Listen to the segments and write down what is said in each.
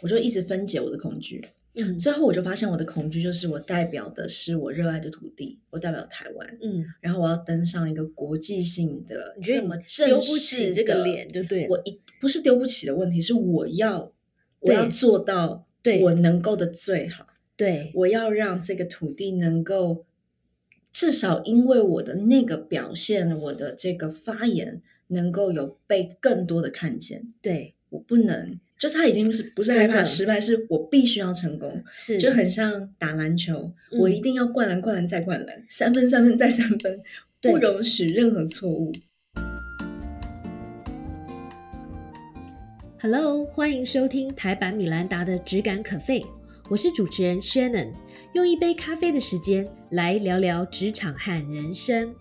我就一直分解我的恐惧。最后我就发现我的恐惧就是我代表的是我热爱的土地，我代表台湾，然后我要登上一个国际性的这么正式的， 丢不起这个脸就对了。 我不是丢不起的问题，是我要做到我能够的最好。 对， 我要让这个土地能够至少因为我的那个表现，我的这个发言能够有被更多的看见。 对， 我不能，就是他已经不是害怕失败，是我必须要成功。 是， 就很像打篮球，我一定要灌篮，灌篮再灌篮，3分3分再3分，不容许任何错误。 Hello， 欢迎收听台版米兰达的质感可废，我是主持人 Shannon， 用一杯咖啡的时间来聊聊职场和人生。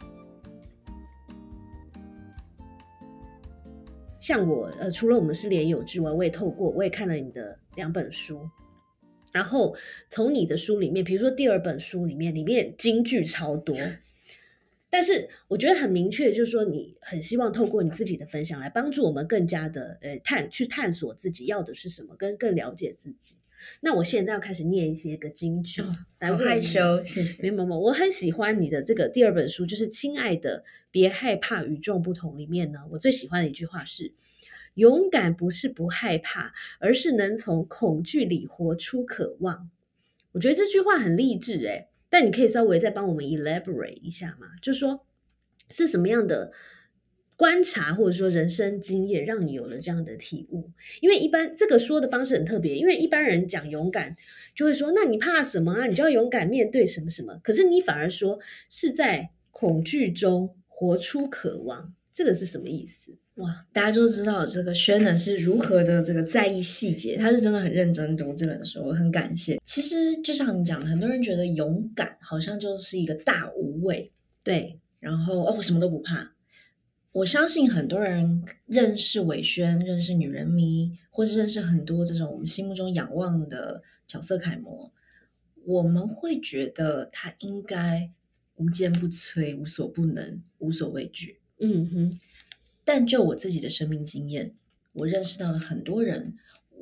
像我除了我们是连友之外，我也看了你的2本书，然后从你的书里面，比如说第2本书里面金句超多，但是我觉得很明确，就是说你很希望透过你自己的分享来帮助我们更加的去探索自己要的是什么，跟更了解自己。那我现在要开始念一些个金句， 好害羞，谢谢。 没，我很喜欢你的这个第2本书，就是亲爱的别害怕与众不同里面呢，我最喜欢的一句话是，勇敢不是不害怕，而是能从恐惧里活出渴望。我觉得这句话很励志但你可以稍微再帮我们 elaborate 一下吗？就是说是什么样的观察或者说人生经验让你有了这样的体悟？因为一般这个说的方式很特别，因为一般人讲勇敢就会说那你怕什么啊，你就要勇敢面对什么什么，可是你反而说是在恐惧中活出渴望，这个是什么意思？ 哇，大家就知道这个Shannon是如何的这个在意细节，他是真的很认真读这本书，我很感谢。其实就像你讲的，很多人觉得勇敢好像就是一个大无畏， 对， 然后我什么都不怕。我相信很多人认识伟轩，认识女人迷，或是认识很多这种我们心目中仰望的角色楷模，我们会觉得他应该无坚不摧，无所不能，无所畏惧。但就我自己的生命经验，我认识到了很多人，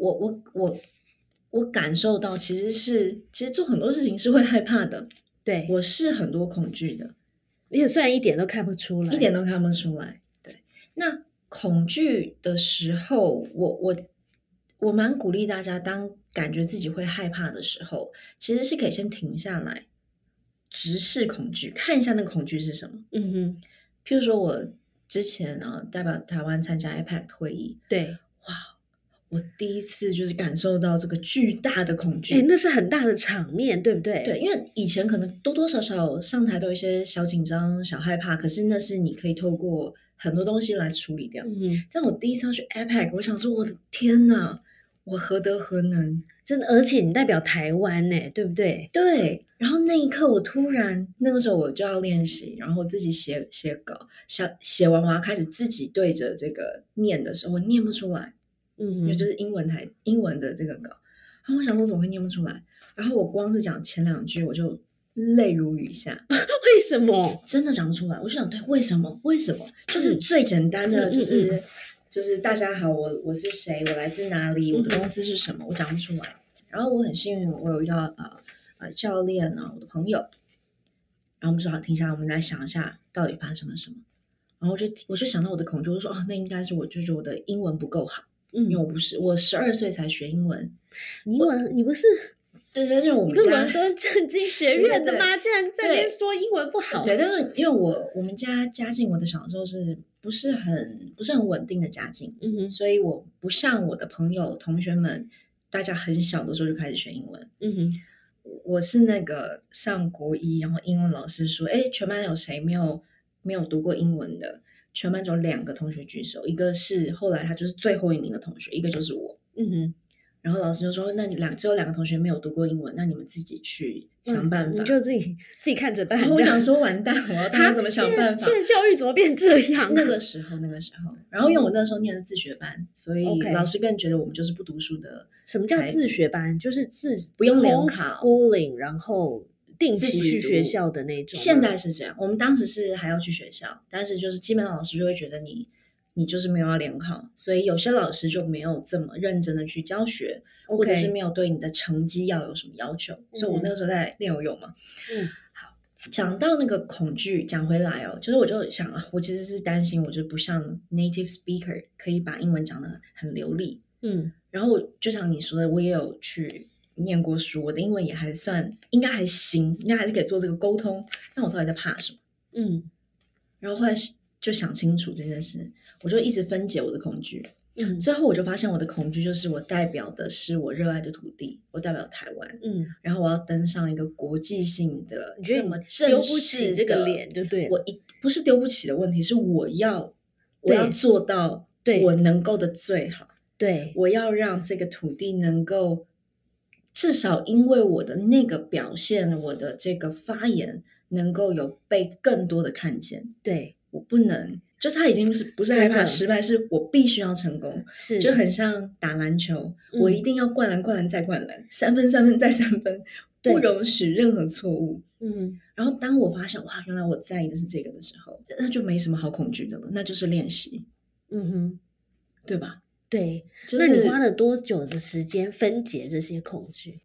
我感受到其实做很多事情是会害怕的。 对， 我是很多恐惧的， 也虽然一点都看不出来， 一点都看不出来。对，那恐惧的时候，我蛮鼓励大家，当感觉自己会害怕的时候，其实是可以先停下来，直视恐惧，看一下那个恐惧是什么。譬如说我之前代表台湾参加 APEC 会议， 对， 哇，我第一次就是感受到这个巨大的恐惧， 那是很大的场面，对不对？ 对，因为以前可能多多少少上台都有一些小紧张、小害怕，可是那是你可以透过很多东西来处理掉。但我第一次要去 APEC， 我想说我的天哪，我何德何能？ 真的，而且你代表台湾对不对？ 对。然后那一刻，我突然那个时候我就要练习，然后我自己写稿，写完我要开始自己对着这个念的时候，我念不出来，因为就是英文的这个稿。然后我想说怎么会念不出来？然后我光是讲前2句，我就泪如雨下。 为什么？ 真的讲不出来。我就想，对，为什么？就是最简单的，就是大家好，我是谁，我来自哪里，我的公司是什么，我讲不出来。然后我很幸运，我有遇到教练我的朋友，然后我们就好停下来，我们来想一下到底发生了什么。然后我就想到我的恐惧，我就说那应该是我就是我的英文不够好，因为我12岁才学英文。 你不是？ 对，但是我们家你不是伦敦政经学院的吗？竟然在那边说英文不好。 对，但是因为我们家境，我的小时候是不是很稳定的家境，所以我不像我的朋友同学们，大家很小的时候就开始学英文。我是那个上国一，然后英文老师说，全班有谁没有读过英文的？全班只有2个同学举手，一个是后来他就是最后1名的同学，一个就是我。然后老师就说，那你只有2个同学没有读过英文，那你们自己去想办法。 你就自己看着办。 然后我想说完蛋，我要大家怎么想办法？ 现在教育怎么变这样？ 那个时候，然后因为我那时候念的是自学班，所以老师更觉得我们就是不读书的。 什么叫自学班？就是不用联考 ，homeschooling， 然后定期去学校的那种。 现在是这样，我们当时是还要去学校，但是就是基本上老师就会觉得你你就是没有要联考，所以有些老师就没有这么认真的去教学，或者是没有对你的成绩要有什么要求。所以我那个时候在练游泳嘛。好，讲到那个恐惧，讲回来哦，就是我就想我其实是担心我就不像 native speaker 可以把英文讲得很流利。然后就像你说的，我也有去念过书，我的英文也还算应该还行，应该还是可以做这个沟通。但我到底在怕什么？然后后来就想清楚这件事，我就一直分解我的恐惧。最后我就发现我的恐惧就是我代表的是我热爱的土地，我代表台湾。然后我要登上一个国际性的这么正式的， 这个脸就对了。 我不是丢不起的问题，是我要做到我能够的最好。 对， 我要让这个土地能够至少因为我的那个表现，我的这个发言能够有被更多的看见。 对， 我不能，就是他已经不是害怕失败，是我必须要成功。 是， 就很像打篮球，我一定要灌篮，灌篮再灌篮，3分3分再3分，不容许任何错误。然后当我发现哇，原来我在意的是这个的时候，那就没什么好恐惧的了，那就是练习。对吧？ 对，那你花了多久的时间分解这些恐惧？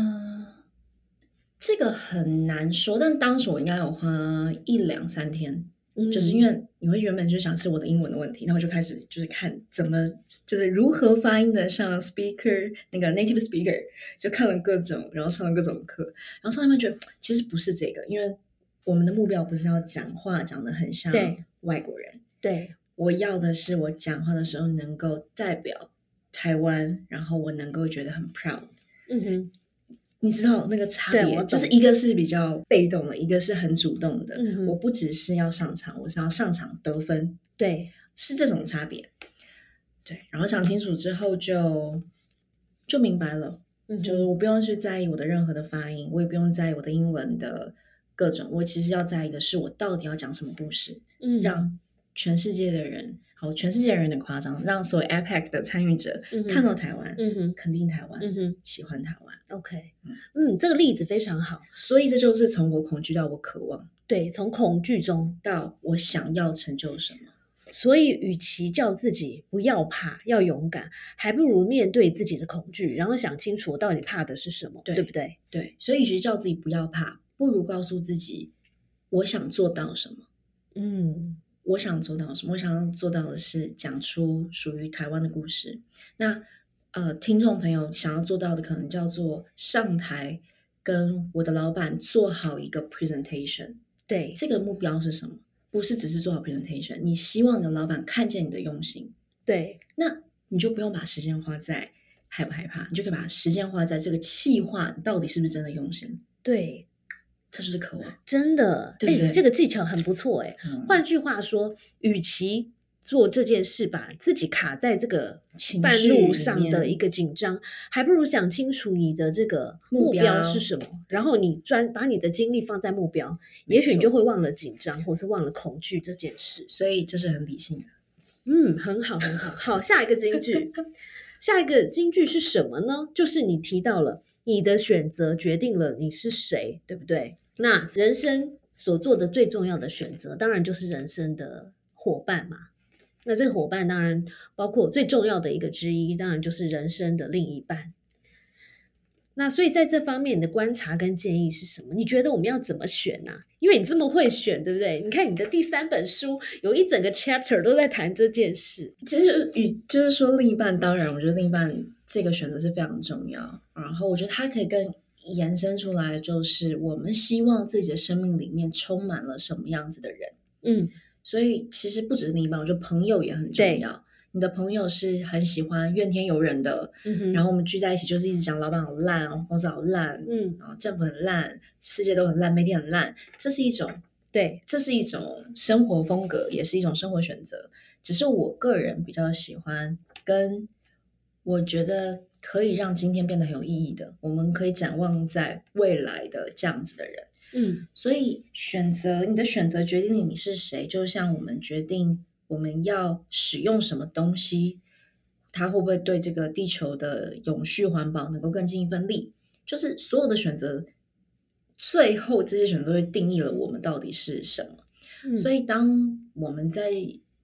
这个很难说，但当时我应该有花1、2、3天，就是因为你会原本就想是我的英文的问题，然后就开始就是看怎么就是如何发音的像 speaker 那个 native speaker， 就看了各种，然后上了各种课，然后上一半觉得其实不是这个，因为我们的目标不是要讲话讲得很像外国人， 对。 我要的是我讲话的时候能够代表台湾，然后我能够觉得很 proud。你知道那个差别，就是一个是比较被动的，一个是很主动的。我不只是要上场，我是要上场得分。 对， 是这种差别。对，然后想清楚之后就明白了。就是我不用去在意我的任何的发音，我也不用在意我的英文的各种，我其实要在意的是我到底要讲什么故事，让全世界的人，好，全世界的人有点夸张，让所有 APEC 的参与者看到台湾，肯定台湾，喜欢台湾。 OK，这个例子非常好， 所以这就是从我恐惧到我渴望， 对，从恐惧中到我想要成就什么。 所以与其叫自己不要怕，要勇敢，还不如面对自己的恐惧，然后想清楚我到底怕的是什么，对不对？ 对，所以与其叫自己不要怕，不如告诉自己我想做到什么。我想做到什么？我想要做到的是讲出属于台湾的故事。那听众朋友想要做到的可能叫做上台跟我的老板做好一个 presentation。 对， 这个目标是什么？不是只是做好 presentation， 你希望你的老板看见你的用心。 对， 那你就不用把时间花在害不害怕，你就可以把时间花在这个企划到底是不是真的用心。 对， 这就是渴望， 真的，这个技巧很不错哎。换句话说，与其做这件事，把自己卡在这个半路上的一个紧张，还不如想清楚你的这个目标是什么，然后你把你的精力放在目标，也许你就会忘了紧张，或是忘了恐惧这件事。 所以这是很理性的。 很好，很好。好，下一个金句，下一个金句是什么呢？就是你提到了你的选择决定了你是谁，对不对？那人生所做的最重要的选择，当然就是人生的伙伴嘛。那这个伙伴当然包括最重要的一个之一，当然就是人生的另一半。那所以在这方面你的观察跟建议是什么？你觉得我们要怎么选呢？因为你这么会选，对不对？你看你的第3本书有一整个 chapter 都在谈这件事。 其实就是说另一半，当然我觉得另一半这个选择是非常重要。然后我觉得它可以更延伸出来，就是我们希望自己的生命里面充满了什么样子的人。所以其实不只是另一半，我觉得朋友也很重要。你的朋友是很喜欢怨天尤人的，然后我们聚在一起就是一直讲老板好烂，公司好烂，然后政府很烂，世界都很烂，媒体很烂，这是一种生活风格，也是一种生活选择。只是我个人比较喜欢跟我觉得可以让今天变得很有意义的，我们可以展望在未来的这样子的人。所以你的选择决定了你是谁，就像我们决定我们要使用什么东西，它会不会对这个地球的永续环保能够更尽一份力，就是所有的选择最后这些选择会定义了我们到底是什么。所以当我们在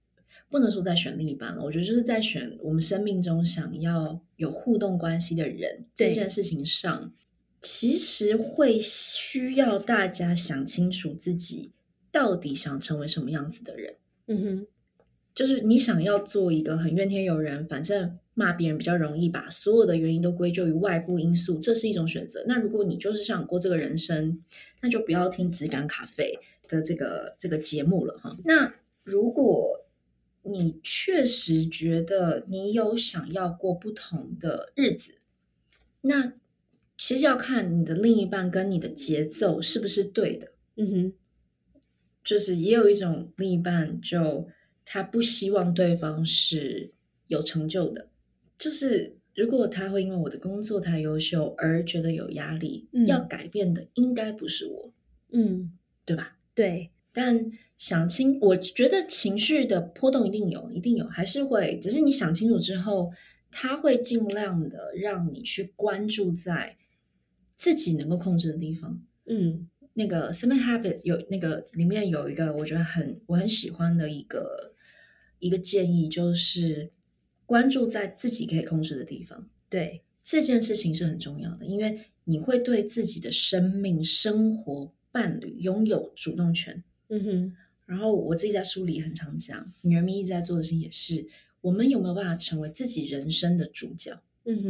不能说在选另一半了，我觉得就是在选我们生命中想要有互动关系的人这件事情上，其实会需要大家想清楚自己到底想成为什么样子的人。就是你想要做一个很怨天尤人，反正骂别人比较容易，把所有的原因都归咎于外部因素，这是一种选择。那如果你就是想过这个人生，那就不要听质感咖啡的这个节目了哈。那如果你确实觉得你有想要过不同的日子，那其实要看你的另一半跟你的节奏是不是对的。就是也有一种另一半就他不希望对方是有成就的，就是如果他会因为我的工作太优秀而觉得有压力，要改变的应该不是我，对吧？ 对。 但我觉得情绪的波动一定有，还是会，只是你想清楚之后，他会尽量的让你去关注在自己能够控制的地方。那个 Seven Habits 有那个里面有一个我觉得我很喜欢的一个建议，就是关注在自己可以控制的地方。 对， 这件事情是很重要的，因为你会对自己的生命、生活、伴侣拥有主动权。然后我自己在书里很常讲，女人迷一直在做的事情也是，我们有没有办法成为自己人生的主角？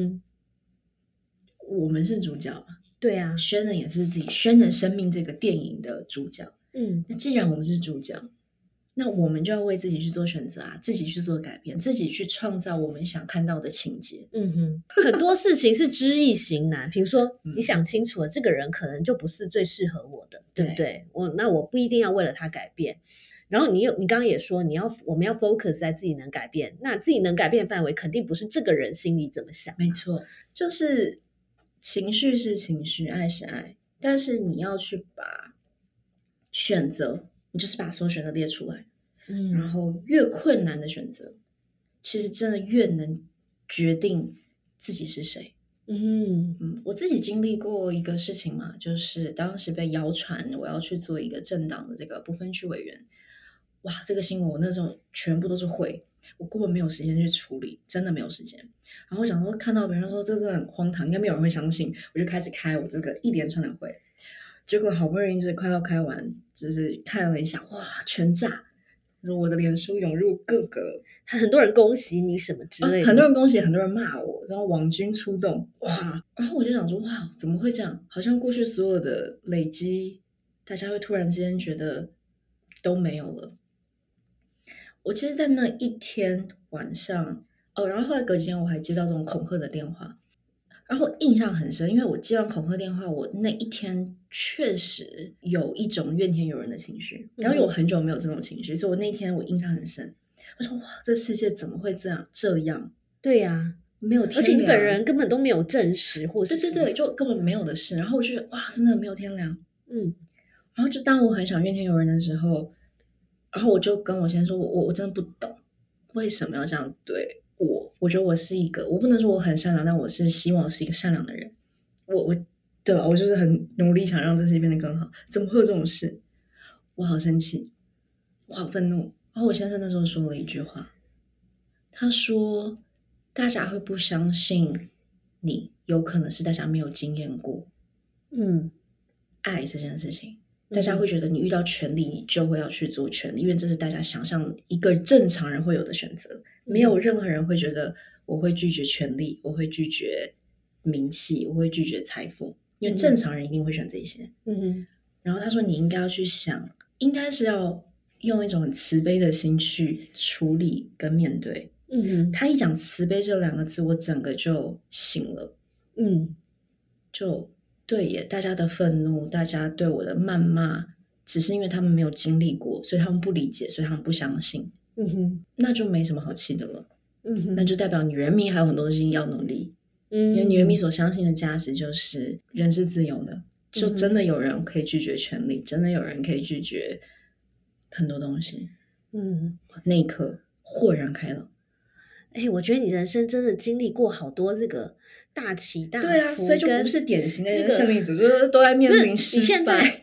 我们是主角嘛？ 对啊 ，Shannon 也是自己Shannon生命这个电影的主角。那既然我们是主角，那我们就要为自己去做选择啊，自己去做改变，自己去创造我们想看到的情节。 很多事情是知易行难，比如说你想清楚了，这个人可能就不是最适合我的，对不对？那我不一定要为了他改变。然后你刚刚也说，我们要 focus 在自己能改变，那自己能改变范围肯定不是这个人心里怎么想。 没错，就是情绪是情绪，爱是爱，但是你要去把选择，你就是把所有选择列出来。然后越困难的选择，其实真的越能决定自己是谁。我自己经历过一个事情嘛，就是当时被谣传我要去做一个政党的这个不分区委员。哇，这个新闻我那时候全部都是会，我根本没有时间去处理，真的没有时间。然后我想说，看到别人说这真的很荒唐，应该没有人会相信，我就开始开我这个一连串的会。结果好不容易就是快要开完，就是看了一下，哇，全炸！我的脸书涌入各个， 很多人恭喜你什么之类的， 很多人恭喜，很多人骂我，然后网军出动，哇！然后我就想说，哇，怎么会这样？好像过去所有的累积，大家会突然之间觉得都没有了。我其实，在那一天晚上，然后后来隔几天我还接到这种恐吓的电话，然后印象很深，因为我接完恐吓电话，我那一天确实有一种怨天尤人的情绪，然后我很久没有这种情绪，所以我那天我印象很深。我说哇，这世界怎么会这样？ 对呀， 没有天良， 而且你本人根本都没有证实，或是对，就根本没有的事。然后我就觉得哇，真的没有天良。然后就当我很想怨天尤人的时候，然后我就跟我先生说，我真的不懂为什么要这样对我。我觉得我是一个，我不能说我很善良，但我是希望我是一个善良的人。我对吧？我就是很努力想让这世界变得更好。怎么会有这种事？我好生气，我好愤怒。然后我先生那时候说了一句话，他说：“大家会不相信你，有可能是大家没有经验过。爱这件事情。”大家会觉得你遇到权利，你就会要去做权利，因为这是大家想象一个正常人会有的选择。没有任何人会觉得我会拒绝权利，我会拒绝名气，我会拒绝财富，因为正常人一定会选这些。然后他说你应该要去想，应该是要用一种很慈悲的心去处理跟面对。他一讲慈悲这两个字，我整个就醒了。就对耶，大家的愤怒，大家对我的谩骂，只是因为他们没有经历过，所以他们不理解，所以他们不相信。那就没什么好气的了。那就代表女人迷还有很多东西要努力。因为女人迷所相信的价值就是人是自由的，就真的有人可以拒绝权利，真的有人可以拒绝很多东西。那一刻豁然开朗。 我觉得你人生真的经历过好多这个大起大伏， 对啊，所以就不是典型的人生胜利组，就是都在面临失败。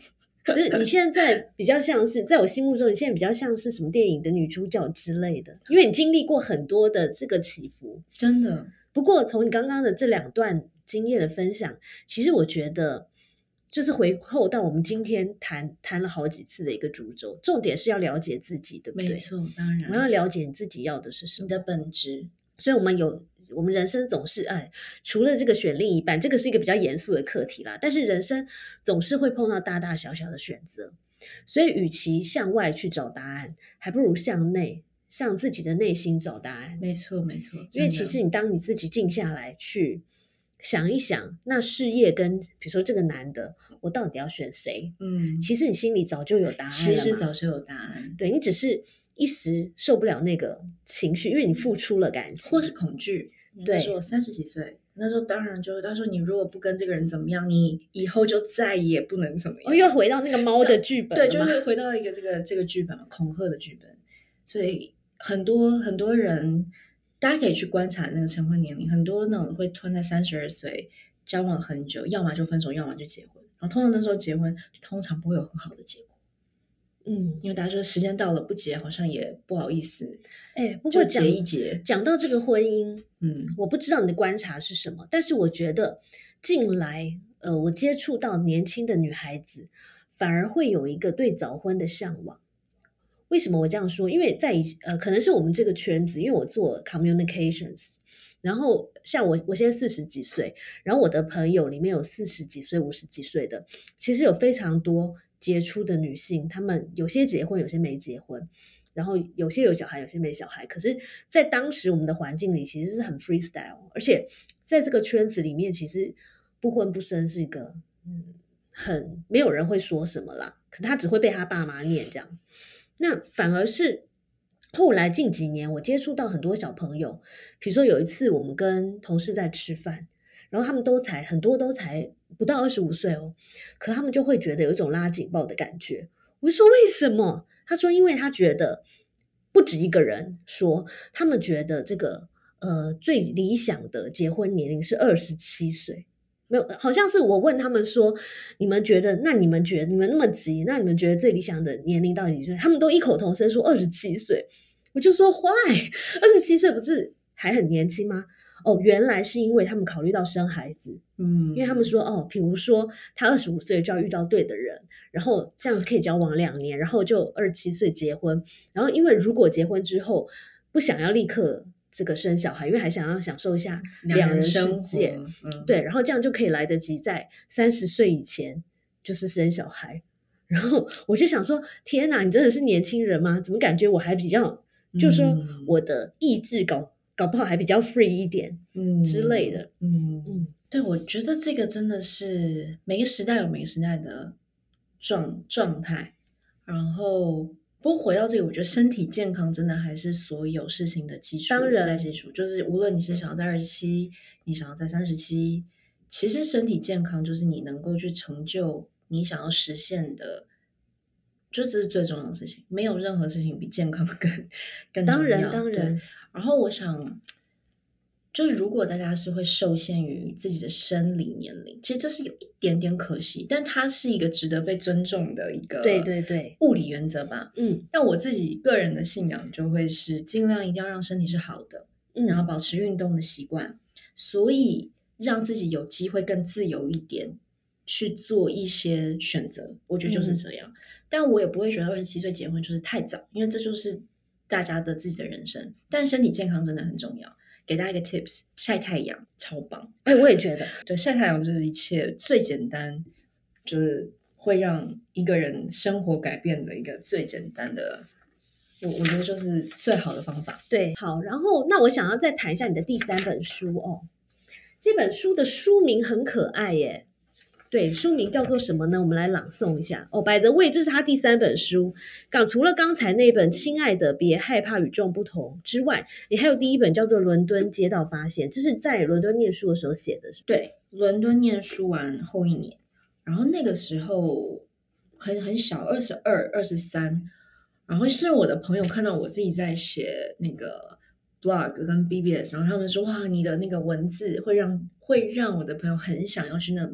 不是，你现在比较像是在我心目中，你现在比较像是什么电影的女主角之类的，因为你经历过很多的这个起伏， 真的。 不过从你刚刚的这2段经验的分享，其实我觉得就是回扣到我们今天谈了好几次的一个主轴，重点是要了解自己，对不对？ 没错，当然， 我要了解你自己要的是什么， 你的本质。 所以我们人生总是除了这个选另一半，这个是一个比较严肃的课题啦，但是人生总是会碰到大大小小的选择，所以与其向外去找答案，还不如向内，向自己的内心找答案。 没错，没错。 因为其实当你自己静下来去想一想，那事业跟比如说这个男的，我到底要选谁？其实你心里早就有答案了嘛。 其实早就有答案。 对，你只是一时受不了那个情绪，因为你付出了感情， 或是恐惧。那时候我30几岁，那时候当然就他说你如果不跟这个人怎么样，你以后就再也不能怎么样。 又回到那个猫的剧本了。 对，就是回到一个这个剧本嘛，恐吓的剧本。所以很多人，大家可以去观察那个成婚年龄，很多那种会突然在32岁交往很久，要么就分手，要么就结婚。然后通常那时候结婚，通常不会有很好的结果。因为大家说时间到了不结好像也不好意思， 不过结一结。 讲到这个婚姻，我不知道你的观察是什么，但是我觉得近来我接触到年轻的女孩子，反而会有一个对早婚的向往。为什么我这样说？因为可能是我们这个圈子，因为我做 communications， 然后像我现在40几岁，然后我的朋友里面有40几岁、50几岁的，其实有非常多杰出的女性，她们有些结婚，有些没结婚，然后有些有小孩，有些没小孩。可是，在当时我们的环境里，其实是很 freestyle， 而且在这个圈子里面，其实不婚不生是一个很没有人会说什么啦，可他只会被他爸妈念这样。那反而是后来近几年，我接触到很多小朋友，比如说有一次我们跟同事在吃饭，然后他们很多都才不到25岁哦，可他们就会觉得有一种拉警报的感觉。我就说为什么？他说因为他觉得不止一个人说，他们觉得这个最理想的结婚年龄是27岁。没有，好像是我问他们说，你们那么急，那你们觉得最理想的年龄到底几岁？他们都异口同声说27岁。我就说 why？ 27岁不是还很年轻吗？原来是因为他们考虑到生孩子。因为他们说比如说他25岁就要遇到对的人，然后这样子可以交往2年，然后就27岁结婚。然后因为如果结婚之后不想要立刻这个生小孩，因为还想要享受一下两人世界，对，然后这样就可以来得及在30岁以前就是生小孩。然后我就想说，天哪，你真的是年轻人吗？怎么感觉我还比较，就是说我的意志搞不好还比较 free 一点，之类的。 对，我觉得这个真的是每个时代有每个时代的状态，然后不过回到这个，我觉得身体健康真的还是所有事情的基础。 当然， 在基础就是无论你是想要在27，你想要在37，其实身体健康就是你能够去成就你想要实现的，就这是最重要的事情。没有任何事情比健康更重要。 当然。 然后我想，就是如果大家是会受限于自己的生理年龄，其实这是有一点点可惜，但它是一个值得被尊重的一个物理原则吧。但我自己个人的信仰就会是尽量一定要让身体是好的，然后保持运动的习惯，所以让自己有机会更自由一点去做一些选择，我觉得就是这样。但我也不会觉得27岁结婚就是太早，因为这就是大家的自己的人生。但身体健康真的很重要。给大家一个 tips， 晒太阳超棒。 我也觉得， 对，晒太阳就是一切最简单，就是会让一个人生活改变的一个最简单的，我觉得就是最好的方法。 对，好，然后那我想要再谈一下你的第3本书哦。这本书的书名很可爱耶。对，书名叫做什么呢？我们来朗诵一下。by the way，这是他第3本书。除了刚才那本《亲爱的，别害怕与众不同》之外，你还有第1本叫做《伦敦街道发现》，这是在伦敦念书的时候写的。 对，伦敦念书完后1年，然后那个时候很小，22、23，然后是我的朋友看到我自己在写那个 blog 跟 BBS， 然后他们说哇，你的那个文字会让我的朋友很想要去那里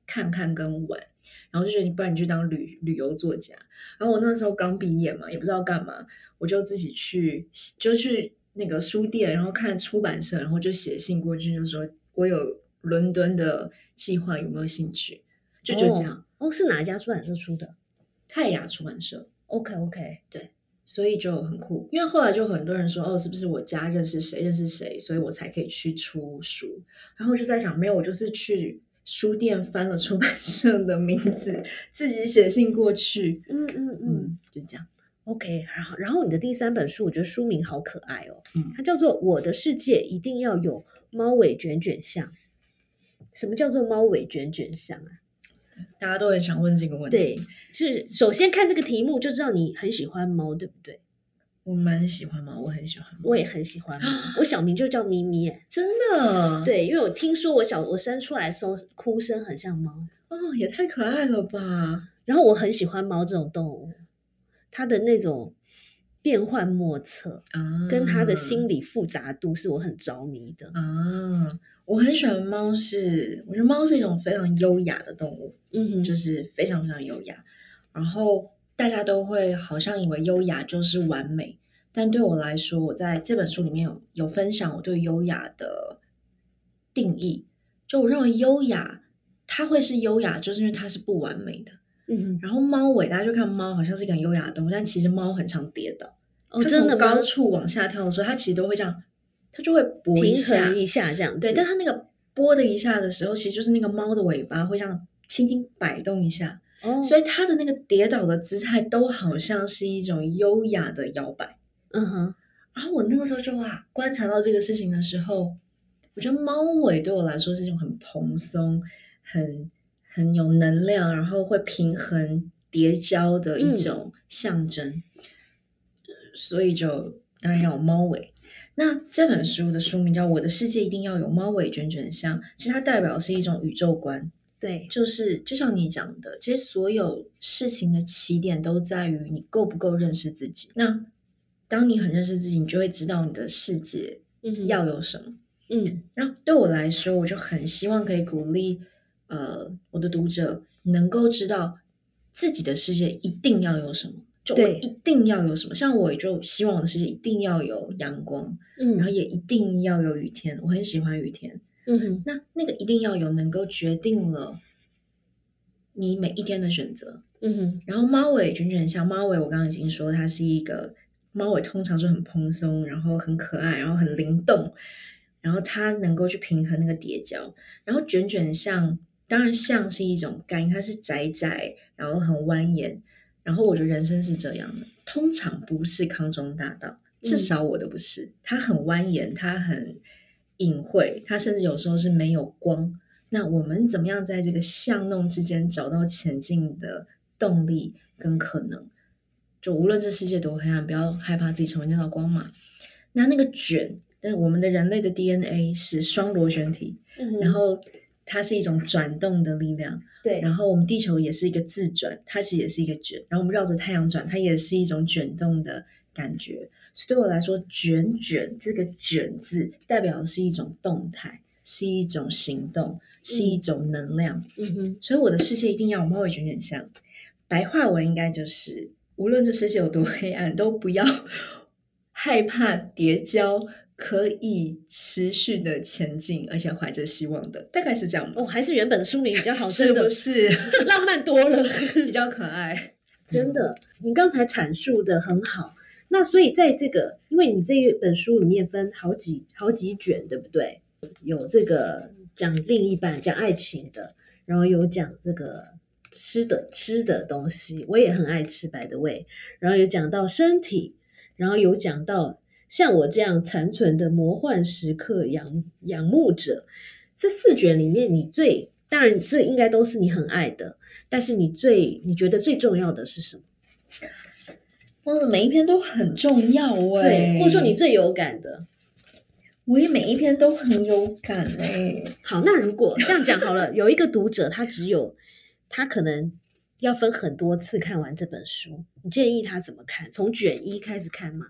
看看跟玩，然后就觉得不然你去当旅游作家。然后我那时候刚毕业嘛，也不知道干嘛，我就自己去那个书店，然后看出版社，然后就写信过去，就说我有伦敦的计划，有没有兴趣？就这样。 是哪一家出版社出的？ 泰雅出版社。 OK， 对，所以就很酷。因为后来就很多人说，是不是我家认识谁，所以我才可以去出书。然后我就在想，没有，我就是去书店翻了出版社的名字，自己写信过去。就这样。 OK， 然后你的第3本书，我觉得书名好可爱哦，它叫做《我的世界一定要有猫尾卷卷巷》。什么叫做猫尾卷卷巷啊？ 大家都很想问这个问题。 对，是首先看这个题目就知道你很喜欢猫，对不对？ 我蛮喜欢猫，我很喜欢猫， 我也很喜欢猫。我小名就叫咪咪耶， 真的？ 对，因为我听说我生出来的时候哭声很像猫也太可爱了吧！ 然后我很喜欢猫这种动物，它的那种变幻莫测跟它的心理复杂度是我很着迷的我很喜欢猫，我觉得猫是一种非常优雅的动物，就是非常非常优雅。然后大家都会好像以为优雅就是完美，但对我来说，我在这本书里面有分享我对优雅的定义。就我认为优雅，它会是优雅，就是因为它是不完美的。然后猫尾，大家就看猫好像是一个很优雅的动物，但其实猫很常跌倒。它从高处往下跳的时候，它其实都会这样。它就会拨一下， 平衡一下这样子。 对，但它那个拨的一下的时候，其实就是那个猫的尾巴会这样轻轻摆动一下，所以它的那个跌倒的姿态都好像是一种优雅的摇摆。然后我那个时候就观察到这个事情的时候，我觉得猫尾对我来说是一种很蓬松、很有能量，然后会平衡叠交的一种象征，所以就当然要有猫尾。那这本书的书名叫《我的世界一定要有猫尾卷卷巷》，其实它代表的是一种宇宙观。 对， 就像你讲的，其实所有事情的起点都在于你够不够认识自己。那当你很认识自己，你就会知道你的世界要有什么。那对我来说，我就很希望可以鼓励我的读者能够知道自己的世界一定要有什么。就我一定要有什么，像我就希望我的世界一定要有阳光，然后也一定要有雨天，我很喜欢雨天。那个一定要有，能够决定了你每一天的选择。然后猫尾卷卷巷，猫尾我刚刚已经说它是一个猫尾，通常是很蓬松，然后很可爱，然后很灵动，然后它能够去平衡那个叠交。然后卷卷巷，当然巷是一种概念，它是窄窄，然后很蜿蜒。然后我觉得人生是这样的，通常不是康庄大道，至少我的不是。它很蜿蜒，它很隐晦，它甚至有时候是没有光。那我们怎么样在这个巷弄之间找到前进的动力跟可能？就无论这世界多黑暗，不要害怕自己成为那道光嘛。那个卷，但我们的人类的 DNA 是双螺旋体，然后它是一种转动的力量。 对， 然后我们地球也是一个自转，它其实也是一个卷，然后我们绕着太阳转，它也是一种卷动的感觉。所以对我来说，卷这个卷字代表的是一种动态，是一种行动，是一种能量。所以我的世界一定要有猫尾卷卷巷。白话文应该就是，无论这世界有多黑暗，都不要害怕叠交，可以持续的前进，而且怀着希望的，大概是这样吧。 还是原本的书名比较好， 是不是浪漫多了， 比较可爱？ 真的，你刚才阐述的很好。那所以在这个，因为你这一本书里面分好几卷，对不对？有这个讲另一半、讲爱情的，然后有讲这个吃的东西，我也很爱吃by the way，然后有讲到身体，然后有讲到像我这样残存的魔幻时刻仰慕者。这4卷里面，当然这应该都是你很爱的，但是你觉得最重要的是什么？ 每一篇都很重要对，或者说你最有感的。 我也每一篇都很有感好，那如果这样讲好了，有一个读者他可能要分很多次看完这本书，你建议他怎么看？从卷1开始看吗？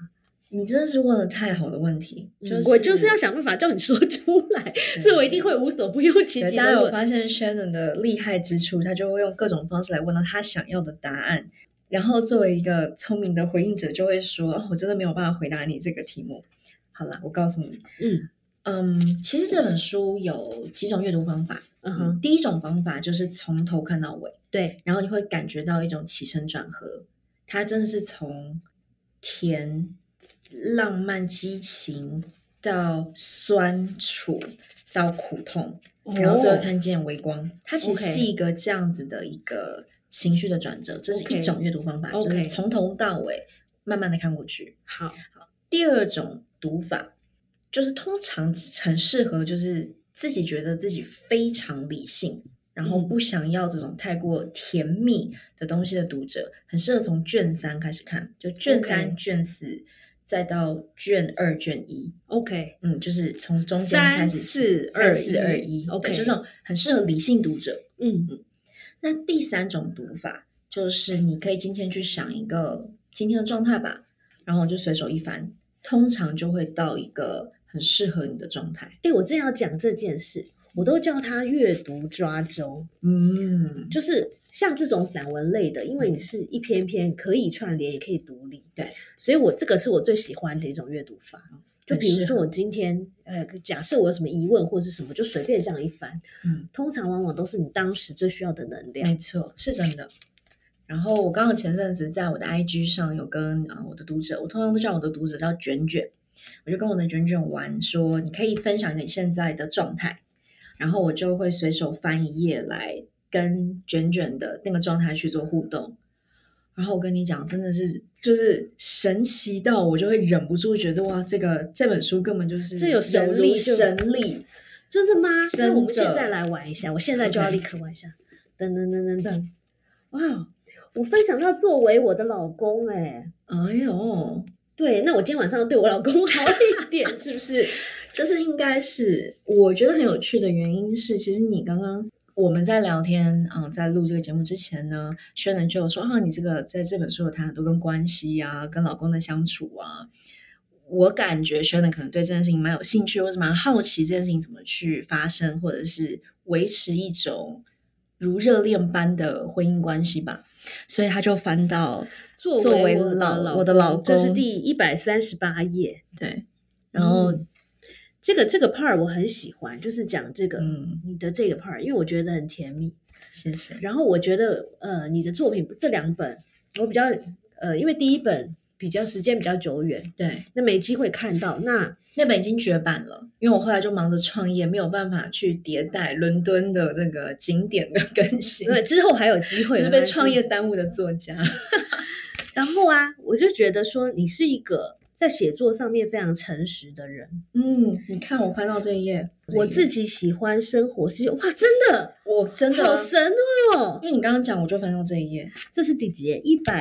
你真的是问了太好的问题， 我就是要想办法叫你说出来，所以我一定会无所不用其极的问。 大家有发现 Shannon 的厉害之处，他就会用各种方式来问到他想要的答案，然后作为一个聪明的回应者，就会说：“我真的没有办法回答你这个题目。”好啦，我告诉你，其实这本书有几种阅读方法。第一种方法就是从头看到尾， 对， 然后你会感觉到一种起承转合，它真的是从甜、浪漫、激情到酸楚到苦痛，然后最后看见微光。它其实是一个这样子的一个情绪的转折，这是一种阅读方法，就是从头到尾慢慢的看过去。 好， 第二种读法就是通常很适合就是自己觉得自己非常理性，然后不想要这种太过甜蜜的东西的读者，很适合从卷3开始看，就卷3、卷4，再到卷2、卷1。 OK， 就是从中间开始 3、4、2、 1。OK，就这种很适合理性读者。那第三种读法就是你可以今天去想一个今天的状态吧，然后就随手一翻，通常就会到一个很适合你的状态。 我正要讲这件事，我都叫它阅读抓周。就是像这种散文类的，因为你是一篇篇可以串联也可以独立， 对， 所以这个是我最喜欢的一种阅读法。就比如说我今天假设我有什么疑问或是什么，就随便这样一翻，通常往往都是你当时最需要的能量。 没错，是真的。然后我刚刚前阵子在我的 IG 上有跟我的读者，我通常都叫我的读者叫卷卷，我就跟我的卷卷玩说，你可以分享你现在的状态，然后我就会随手翻一页来跟卷卷的那个状态去做互动。然后我跟你讲，真的是就是神奇到我就会忍不住觉得哇，这本书根本就是这有神力，真的吗？ 真的。 那我们现在来玩一下，我现在就要立刻玩一下。噔噔噔噔噔，哇！我分享到作为我的老公，哎呦，对，那我今天晚上要对我老公好一点，是不是？ 就是应该是，我觉得很有趣的原因是，其实你刚刚我们在聊天，在录这个节目之前呢，Shannon就有说你这个在这本书有谈很多跟关系啊，跟老公的相处啊。我感觉 Shannon 可能对这件事情蛮有兴趣，或者蛮好奇这件事情怎么去发生，或者是维持一种如热恋般的婚姻关系吧。所以他就翻到作为我的老公， 这是第138页。 对，然后这个 part 我很喜欢，就是讲这个你的这个 part， 因为我觉得很甜蜜。 谢谢。 然后我觉得你的作品这2本我比较因为第一本比较时间比较久远， 对， 那没机会看到。那本已经绝版了，因为我后来就忙着创业，没有办法去迭代伦敦的这个景点的更新。 对，之后还有机会， 就是被创业耽误的作家。 然后我就觉得说你是一个在写作上面非常诚实的人。 你看我翻到这一页， 我自己喜欢生活是哇，真的， 我真的好神哦！ 因为你刚刚讲，我就翻到这一页。 这是第几页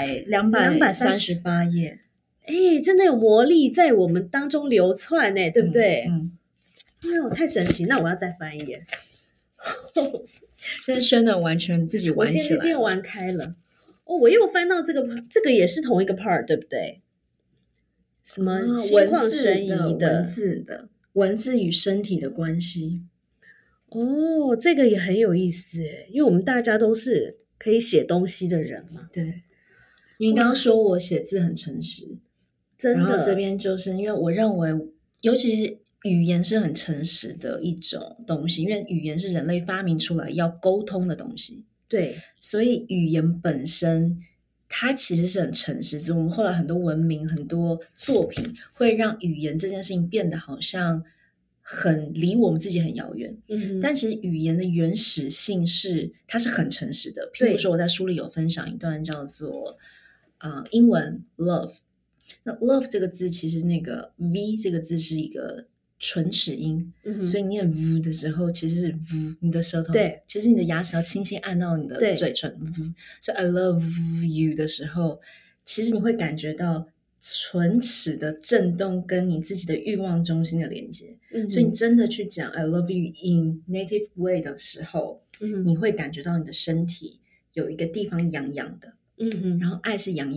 ？238页。 真的有魔力在我们当中流窜对不对？太神奇！那我要再翻一页。 现在Shannon完全自己玩起来， 我现在就玩开了。我又翻到这个也是同一个 part， 对不对？什么心旷神怡的文字与身体的关系。 这个也很有意思因为我们大家都是可以写东西的人嘛。 对，你刚刚说我写字很诚实， 真的。 然后这边就是因为我认为，尤其是语言是很诚实的一种东西，因为语言是人类发明出来要沟通的东西。 对， 所以语言本身它其实是很诚实，只是我们后来很多文明很多作品会让语言这件事情变得好像很离我们自己很遥远。但其实语言的原始性是它是很诚实的。譬如说我在书里有分享一段叫做英文 love， 那 love 这个字其实那个 v 这个字是一个唇齿音，所以你念 v 的时候其实是 v， 你的舌头， 对， 其实你的牙齿要轻轻按到你的嘴唇 v， 所以 I love you 的时候，其实你会感觉到唇齿的震动跟你自己的欲望中心的连接。所以你真的去讲 I love you in native way 的时候，你会感觉到你的身体有一个地方痒痒的，然后爱是痒痒的，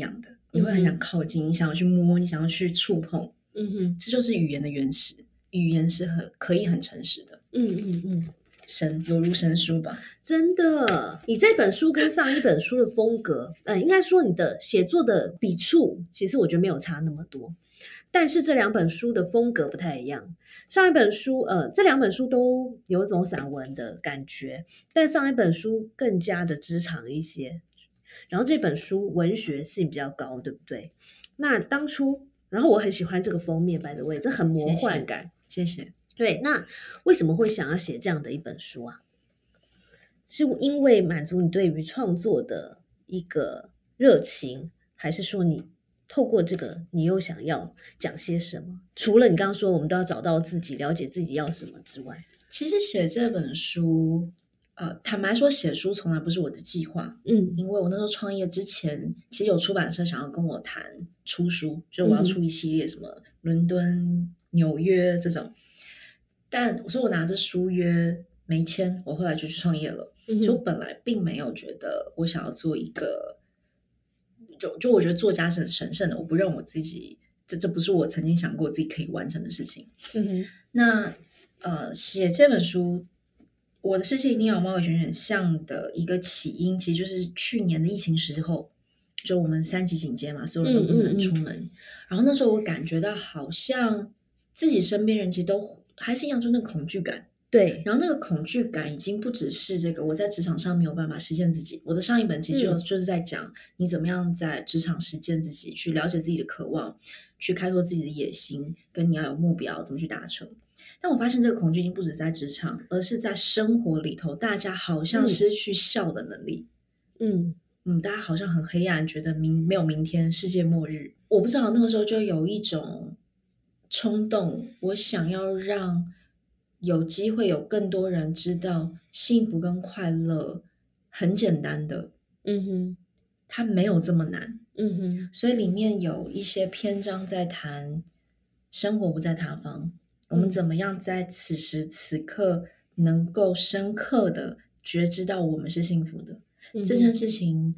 你会很想靠近，你想要去摸，你想要去触碰。这就是语言的原始，语言是可以很诚实的。神有如神书吧， 真的。你这本书跟上一本书的风格，应该说你的写作的笔触，其实我觉得没有差那么多，但是这2本书的风格不太一样。上一本书，这2本书都有一种散文的感觉，但上一本书更加的职场一些，然后这本书文学性比较高，对不对？那当初，然后我很喜欢这个封面，by the way，这很魔幻感。 谢谢。 对，那为什么会想要写这样的一本书啊？是因为满足你对于创作的一个热情，还是说你透过这个你又想要讲些什么？除了你刚刚说我们都要找到自己，了解自己要什么之外， 其实写这本书，坦白说，写书从来不是我的计划。因为我那时候创业之前，其实有出版社想要跟我谈出书，就是我要出一系列什么伦敦、纽约这种。但我说我拿着书约没签，我后来就去创业了。所以我本来并没有觉得我想要做一个，就我觉得作家是很神圣的，我不认我自己，这不是我曾经想过自己可以完成的事情。那写这本书，我的世界一定要有猫尾卷卷像的一个起因，其实就是去年的疫情时候，就我们3级警戒嘛，所有人都不能出门。然后那时候我感觉到好像自己身边人其实都还是一样，就那个恐惧感。 对， 然后那个恐惧感已经不只是这个我在职场上没有办法实现自己。我的上一本其实就是在讲你怎么样在职场实践自己，去了解自己的渴望，去开拓自己的野心，跟你要有目标怎么去达成。但我发现这个恐惧已经不止在职场，而是在生活里头，大家好像失去笑的能力。大家好像很黑暗，觉得没有明天，世界末日。我不知道那个时候就有一种冲动，我想要让有机会有更多人知道幸福跟快乐很简单的。它没有这么难。所以里面有一些篇章在谈生活不在他方，我们怎么样在此时此刻能够深刻的觉知到我们是幸福的。这件事情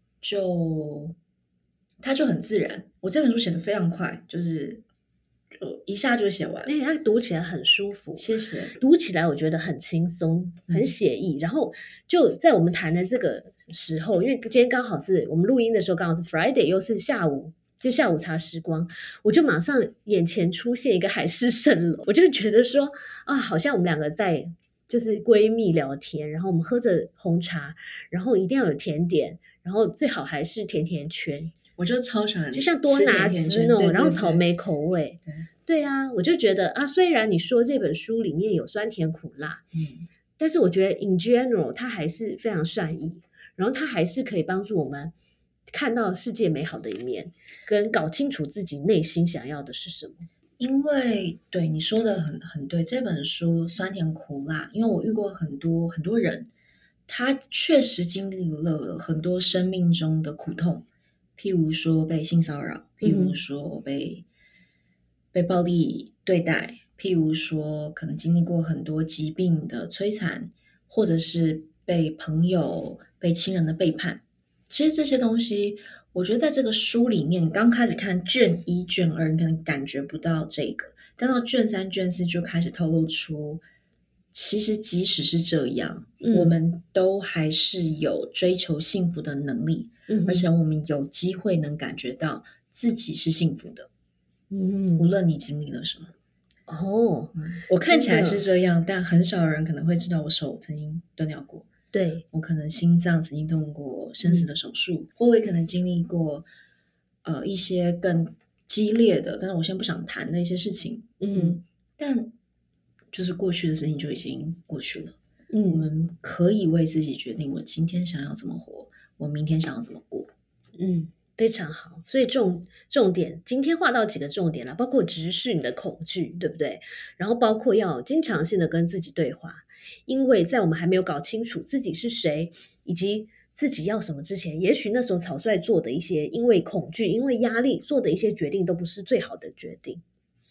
它就很自然。我这本书写得非常快，就是一下就写完。 它读起来很舒服， 谢谢。 读起来我觉得很轻松，很写意。然后就在我们谈的这个时候，因为今天刚好是我们录音的时候，刚好是 Friday， 又是下午茶时光，我就马上眼前出现一个海市蜃楼，我就觉得说啊，好像我们2个在就是闺蜜聊天，然后我们喝着红茶，然后一定要有甜点，然后最好还是甜甜圈。 我就超喜欢， 就像多拿滋那种，然后草莓口味。对啊，我就觉得啊，虽然你说这本书里面有酸甜苦辣，但是我觉得 in general 它还是非常善意，然后它还是可以帮助我们看到世界美好的一面，跟搞清楚自己内心想要的是什么。 因为对你说的很对，这本书酸甜苦辣，因为我遇过很多人，他确实经历了很多生命中的苦痛，譬如说被性骚扰，譬如说被暴力对待，譬如说可能经历过很多疾病的摧残，或者是被朋友、被亲人的背叛。其实这些东西，我觉得在这个书里面，你刚开始看卷1、卷2，你可能感觉不到这个，但到卷3、卷4就开始透露出，其实即使是这样，我们都还是有追求幸福的能力，而且我们有机会能感觉到自己是幸福的。无论你经历了什么。我看起来是这样，但很少人可能会知道我手曾经断掉过。 对， 我可能心脏曾经动过生死的手术，或我也可能经历过一些更激烈的，但是我现在不想谈的一些事情。但就是过去的事情就已经过去了。我们可以为自己决定，我今天想要怎么活，我明天想要怎么过。 非常好，所以重点今天画到几个重点了，包括直视你的恐惧，对不对？然后包括要经常性的跟自己对话，因为在我们还没有搞清楚自己是谁，以及自己要什么之前，也许那时候草率做的一些因为恐惧、因为压力做的一些决定都不是最好的决定。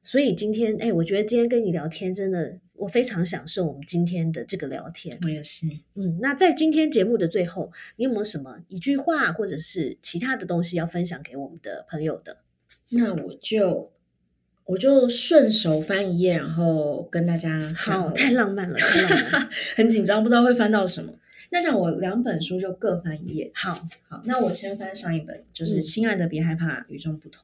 所以今天我觉得今天跟你聊天真的我非常享受我们今天的这个聊天。 我也是。 那在今天节目的最后，你有没有什么一句话或者是其他的东西要分享给我们的朋友的？ 那我就顺手翻一页，然后跟大家讲。 好，太浪漫了，太浪漫了。 很紧张，不知道会翻到什么。那这样我2本书就各翻一页。 好， 那我先翻上一本，就是亲爱的别害怕，与众不同。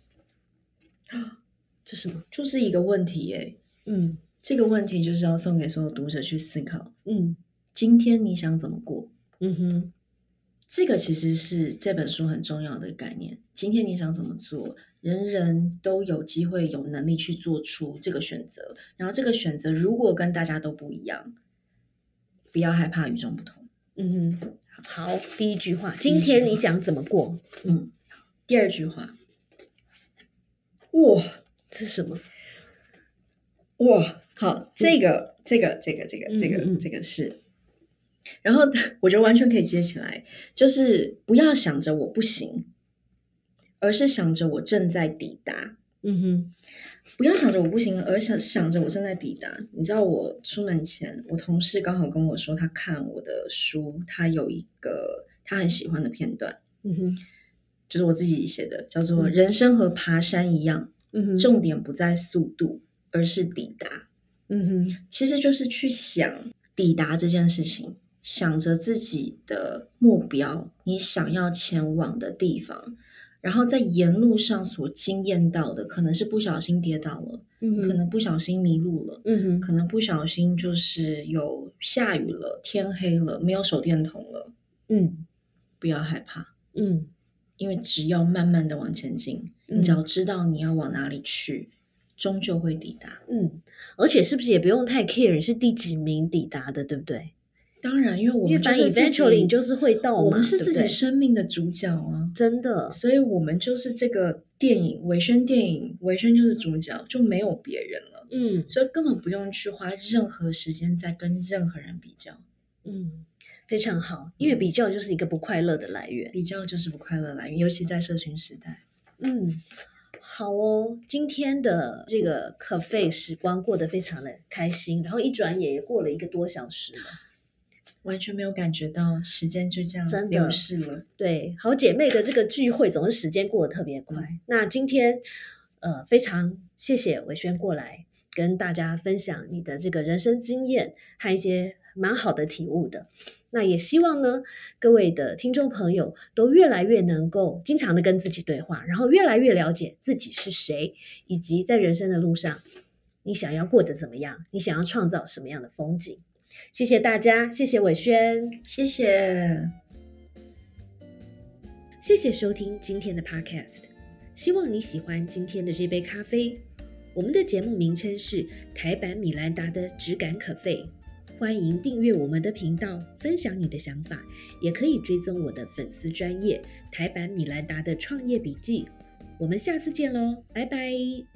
这是什么？ 就是一个问题耶。这个问题就是要送给所有读者去思考。今天你想怎么过？这个其实是这本书很重要的概念。今天你想怎么做？人人都有机会有能力去做出这个选择，然后这个选择如果跟大家都不一样，不要害怕与众不同。 好，第一句话，今天你想怎么过？ 第二句话，哇， 这是什么？ 哇，好，这个是，然后我觉得完全可以接起来，就是不要想着我不行，而是想着我正在抵达。不要想着我不行，而想着我正在抵达。你知道我出门前，我同事刚好跟我说，他看我的书，他有一个他很喜欢的片段，就是我自己写的，叫做人生和爬山一样，重点不在速度，而是抵达。其实就是去想抵达这件事情，想着自己的目标，你想要前往的地方，然后在沿路上所经验到的，可能是不小心跌倒了，可能不小心迷路了，可能不小心就是有下雨了，天黑了，没有手电筒了，不要害怕，因为只要慢慢的往前进，你只要知道你要往哪里去，终究会抵达。 而且是不是也不用太 care 你是第几名抵达的，对不对？ 当然，因为我们就是自己，你就是会到嘛， 我们是自己生命的主角啊， 真的。 所以我们就是这个电影伟轩就是主角，就没有别人了。所以根本不用去花任何时间在跟任何人比较。 非常好，因为比较就是一个不快乐的来源， 尤其在社群时代。 好哦，今天的这个咖啡时光过得非常的开心，然后一转眼也过了1个多小时了， 完全没有感觉到时间就这样流逝了。 对，好姐妹的这个聚会总是时间过得特别快。那今天非常谢谢伟轩过来跟大家分享你的这个人生经验和一些蛮好的体悟的。那也希望呢，各位的听众朋友都越来越能够经常的跟自己对话，然后越来越了解自己是谁，以及在人生的路上你想要过得怎么样，你想要创造什么样的风景。谢谢大家，谢谢伟轩， 谢谢收听今天的 Podcast， 希望你喜欢今天的这杯咖啡。我们的节目名称是台版米兰达的质感可废，欢迎订阅我们的频道，分享你的想法，也可以追踪我的粉丝专页台版米兰达的创业笔记。我们下次见咯，拜拜。